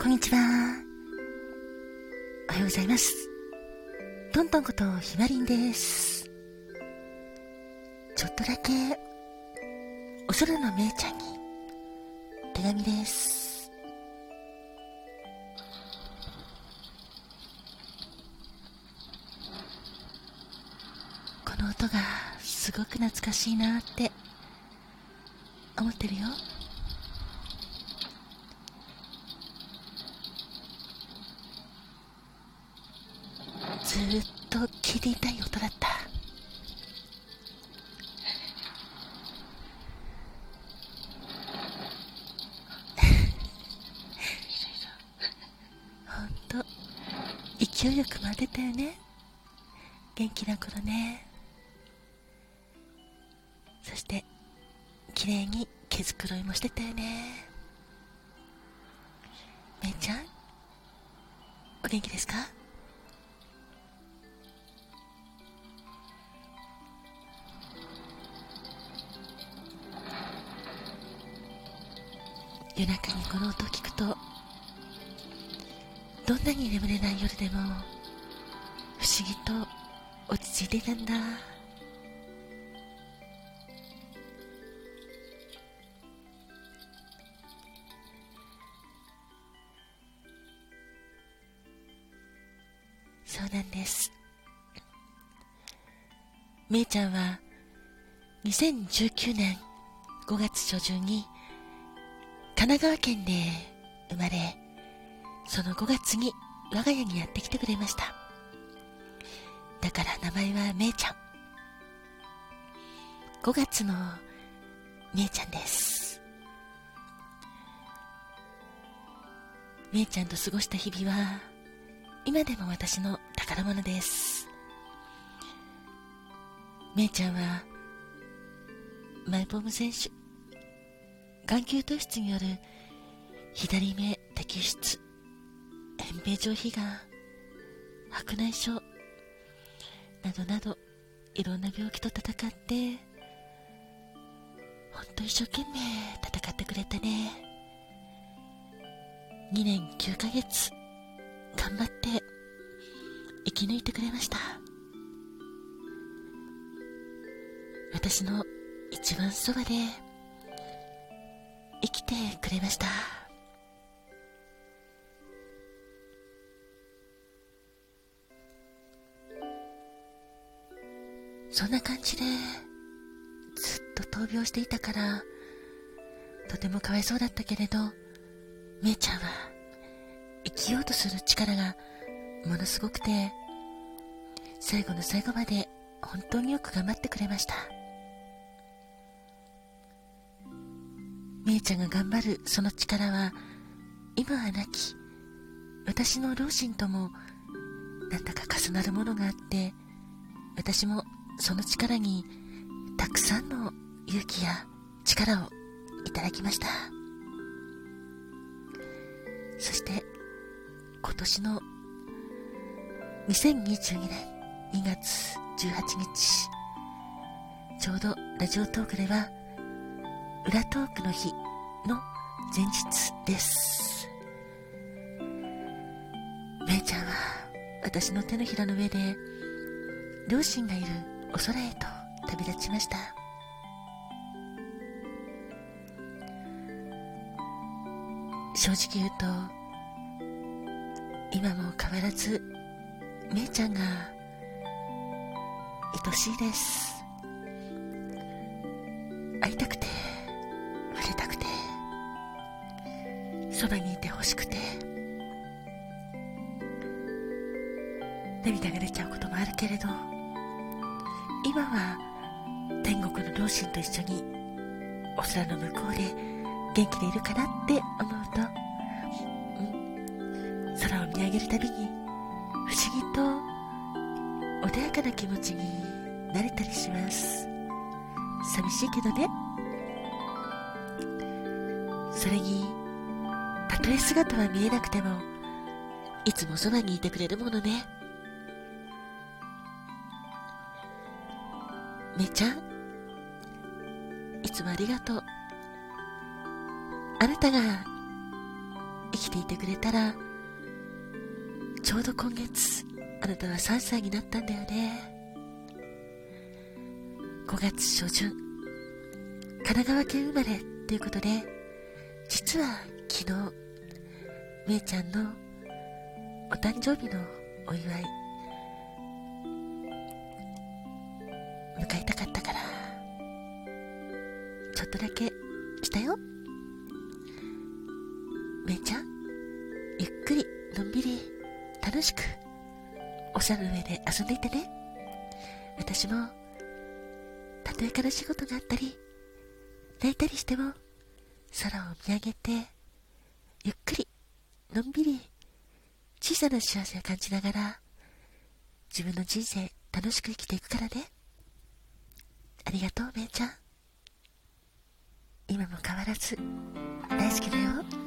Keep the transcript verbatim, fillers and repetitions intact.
んにちは。おはようございます。トントンことひまりんです。ちょっとだけお空のめいちゃんに手紙です。この音がすごく懐かしいなって思ってるよ。ずーっと聞いていたい音だった。ほんと勢いよく回ってたよね。元気な頃ね。そして綺麗に毛づくろいもしてたよね。めいちゃん、お元気ですか？夜中にこの音を聞くと、どんなに眠れない夜でも不思議と落ち着いていたんだ。そうなんです。めいちゃんはにせんじゅうきゅうねんごがつしょじゅんに神奈川県で生まれ、そのごがつに我が家にやってきてくれました。だから名前はめいちゃん。ごがつのめいちゃんです。めいちゃんと過ごした日々は今でも私の宝物です。めいちゃんはマイボーム選手、眼球突出による左目摘出、扁平上皮がん、白内障などなどいろんな病気と戦って、ほんと一生懸命戦ってくれたね。にねんきゅうかげつ頑張って生き抜いてくれました。私の一番そばで生きてくれました。そんな感じでずっと闘病していたから、とてもかわいそうだったけれど、めいちゃんは生きようとする力がものすごくて、最後の最後まで本当によく頑張ってくれました。めいちゃんが頑張るその力は今はなき私の両親ともなんだか重なるものがあって、私もその力にたくさんの勇気や力をいただきました。そして今年のにせんにじゅうにねんにがつじゅうはちにち、ちょうどラジオトークでは裏トークの日の前日です。めいちゃんは私の手のひらの上で両親がいるお空へと旅立ちました。正直言うと今も変わらずめいちゃんが愛しいです。会いたくて触れたくてそばにいてほしくて、涙が出ちゃうこともあるけれど、今は天国の両親と一緒にお空の向こうで元気でいるかなって思うと、うん、空を見上げるたびに不思議と穏やかな気持ちになれたりします。寂しいけどね。それにたとえ姿は見えなくてもいつもそばにいてくれるものね。めいちゃん、いつもありがとう。あなたが生きていてくれたら、ちょうど今月あなたはさんさいになったんだよね。ごがつしょじゅん、神奈川県生まれということで、実は昨日めいちゃんのお誕生日のお祝い迎えたかったから、ちょっとだけしたよ。めいちゃん、ゆっくりのんびり楽しくお空の上で遊んでいてね。私もたとえ悲しいことがあったり泣いたりしても、空を見上げてゆっくりのんびり小さな幸せを感じながら自分の人生楽しく生きていくからね。ありがとうめいちゃん。今も変わらず大好きだよ。